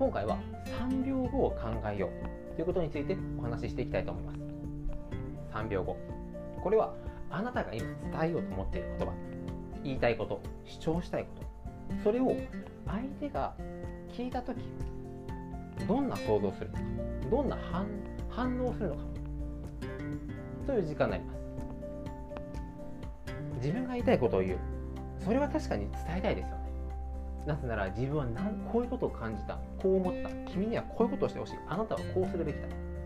今回は3秒後を考えようということについてお話ししていきたいと思います。3秒後、これはあなたが今伝えようと思っている言葉、言いたいこと、主張したいこと、それを相手が聞いたときどんな想像をするのか、どんな反応をするのか、そういう時間になります。自分が言いたいことを言う、それは確かに伝えたいですよね。なぜなら自分はこういうことを感じた、こう思った、君にはこういうことをしてほしい、あなたはこうするべきだ。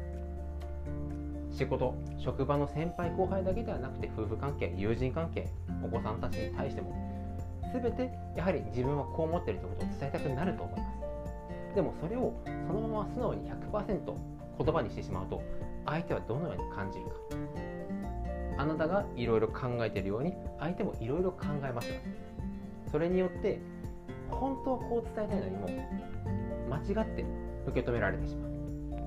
仕事、職場の先輩後輩だけではなくて、夫婦関係、友人関係、お子さんたちに対しても全てやはり自分はこう思っているということを伝えたくなると思います。でもそれをそのまま素直に 100% 言葉にしてしまうと、相手はどのように感じるか。あなたがいろいろ考えているように相手もいろいろ考えますよね。それによって本当はこう伝えたいのにも間違って受け止められてしまう。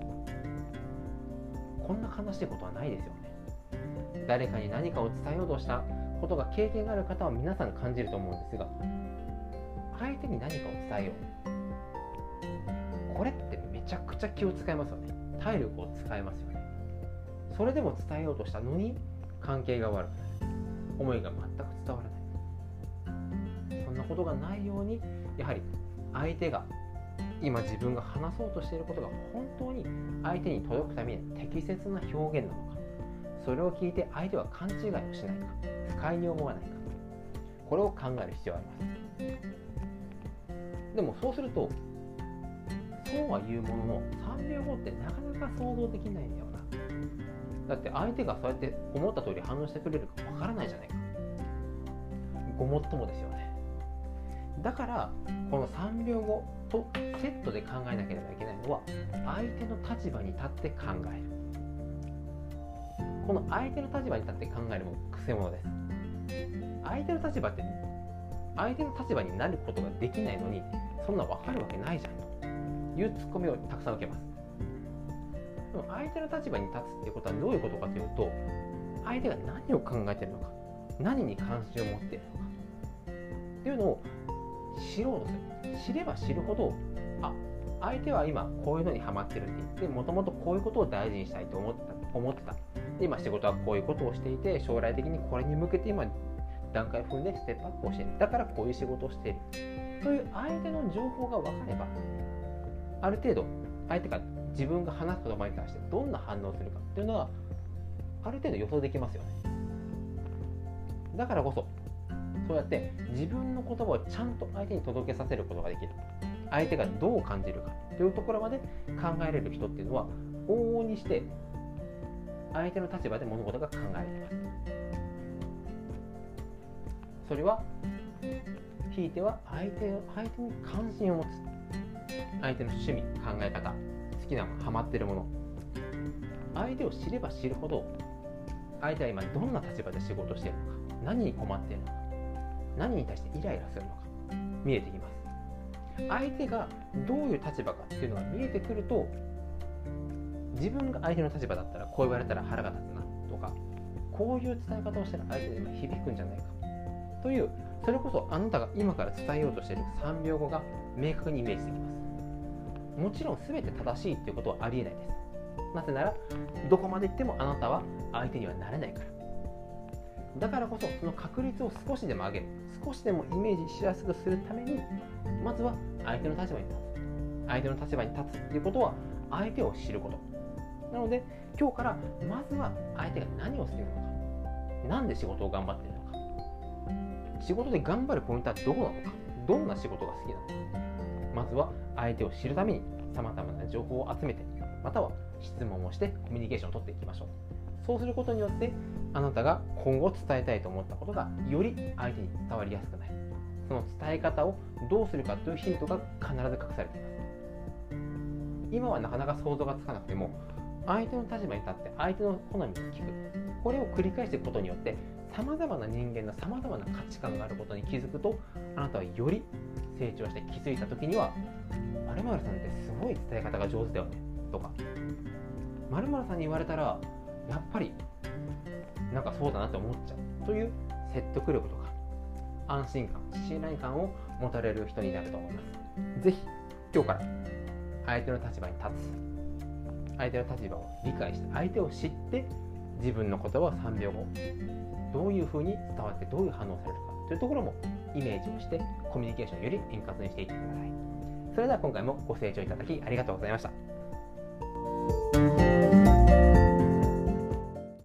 こんな悲しいことはないですよね。誰かに何かを伝えようとしたことが経験がある方は皆さん感じると思うんですが、相手に何かを伝えよう、これってめちゃくちゃ気を使いますよね。体力を使いますよね。それでも伝えようとしたのに関係が悪くなる、思いが全く伝わらない。そんなことがないように、やはり相手が今自分が話そうとしていることが本当に相手に届くために適切な表現なのか、それを聞いて相手は勘違いをしないか、不快に思わないか、これを考える必要があります。でもそうすると、そうは言うものの3秒後ってなかなか想像できないんだよな。だって相手がそうやって思った通り反応してくれるかわからないじゃないか。ごもっともですよね。だからこの3秒後とセットで考えなければいけないのは、相手の立場に立って考える。この相手の立場に立って考えるもくせ者です。相手の立場って相手の立場になることができないのに、そんな分かるわけないじゃんというツッコミをたくさん受けます。でも相手の立場に立つっていうことはどういうことかというと、相手が何を考えているのか、何に関心を持っているのかっていうのを知ろうとする。知れば知るほど、相手は今こういうのにハマってるって言って、もともとこういうことを大事にしたいと思ってた。今仕事はこういうことをしていて、将来的にこれに向けて今段階踏んでステップアップをしている。だからこういう仕事をしているという相手の情報が分かれば、ある程度相手が自分が話す言葉に対してどんな反応をするかっていうのはある程度予想できますよね。だからこそそうやって自分の言葉をちゃんと相手に届けさせることができる。相手がどう感じるかというところまで考えれる人っていうのは、往々にして相手の立場で物事が考えられます。それはひいては相手に関心を持つ、相手の趣味、考え方、好きなもの、ハマってるもの、相手を知れば知るほど、相手は今どんな立場で仕事をしているのか、何に困っているのか、何に対してイライラするのか見えてきます。相手がどういう立場かっていうのが見えてくると、自分が相手の立場だったらこう言われたら腹が立つなとか、こういう伝え方をしたら相手に今響くんじゃないかという、それこそあなたが今から伝えようとしている3秒後が明確にイメージできます。もちろん全て正しいということはありえないです。なぜならどこまで行ってもあなたは相手にはなれないから。だからこそその確率を少しでも上げる、少しでもイメージしやすくするために、まずは相手の立場に立つ。相手の立場に立つということは相手を知ること。なので今日からまずは相手が何を好きなのか、なんで仕事を頑張っているのか、仕事で頑張るポイントはどこなのか、どんな仕事が好きなのか、まずは相手を知るためにさまざまな情報を集めて、または質問をしてコミュニケーションを取っていきましょう。そうすることによってあなたが今後伝えたいと思ったことがより相手に伝わりやすくなる。その伝え方をどうするかというヒントが必ず隠されています。今はなかなか想像がつかなくても、相手の立場に立って相手の好みを聞く、これを繰り返していくことによって、さまざまな人間のさまざまな価値観があることに気づくと、あなたはより成長して気づいた時には、〇〇さんってすごい伝え方が上手だよねとか、〇〇さんに言われたらやっぱりなんかそうだなって思っちゃうという説得力とか安心感、信頼感を持たれる人になると思います。ぜひ今日から相手の立場に立つ、相手の立場を理解して、相手を知って自分の言葉を3秒後どういうふうに伝わってどういう反応されるかというところもイメージをしてコミュニケーションをより円滑にしていってください。それでは今回もご清聴いただきありがとうございました。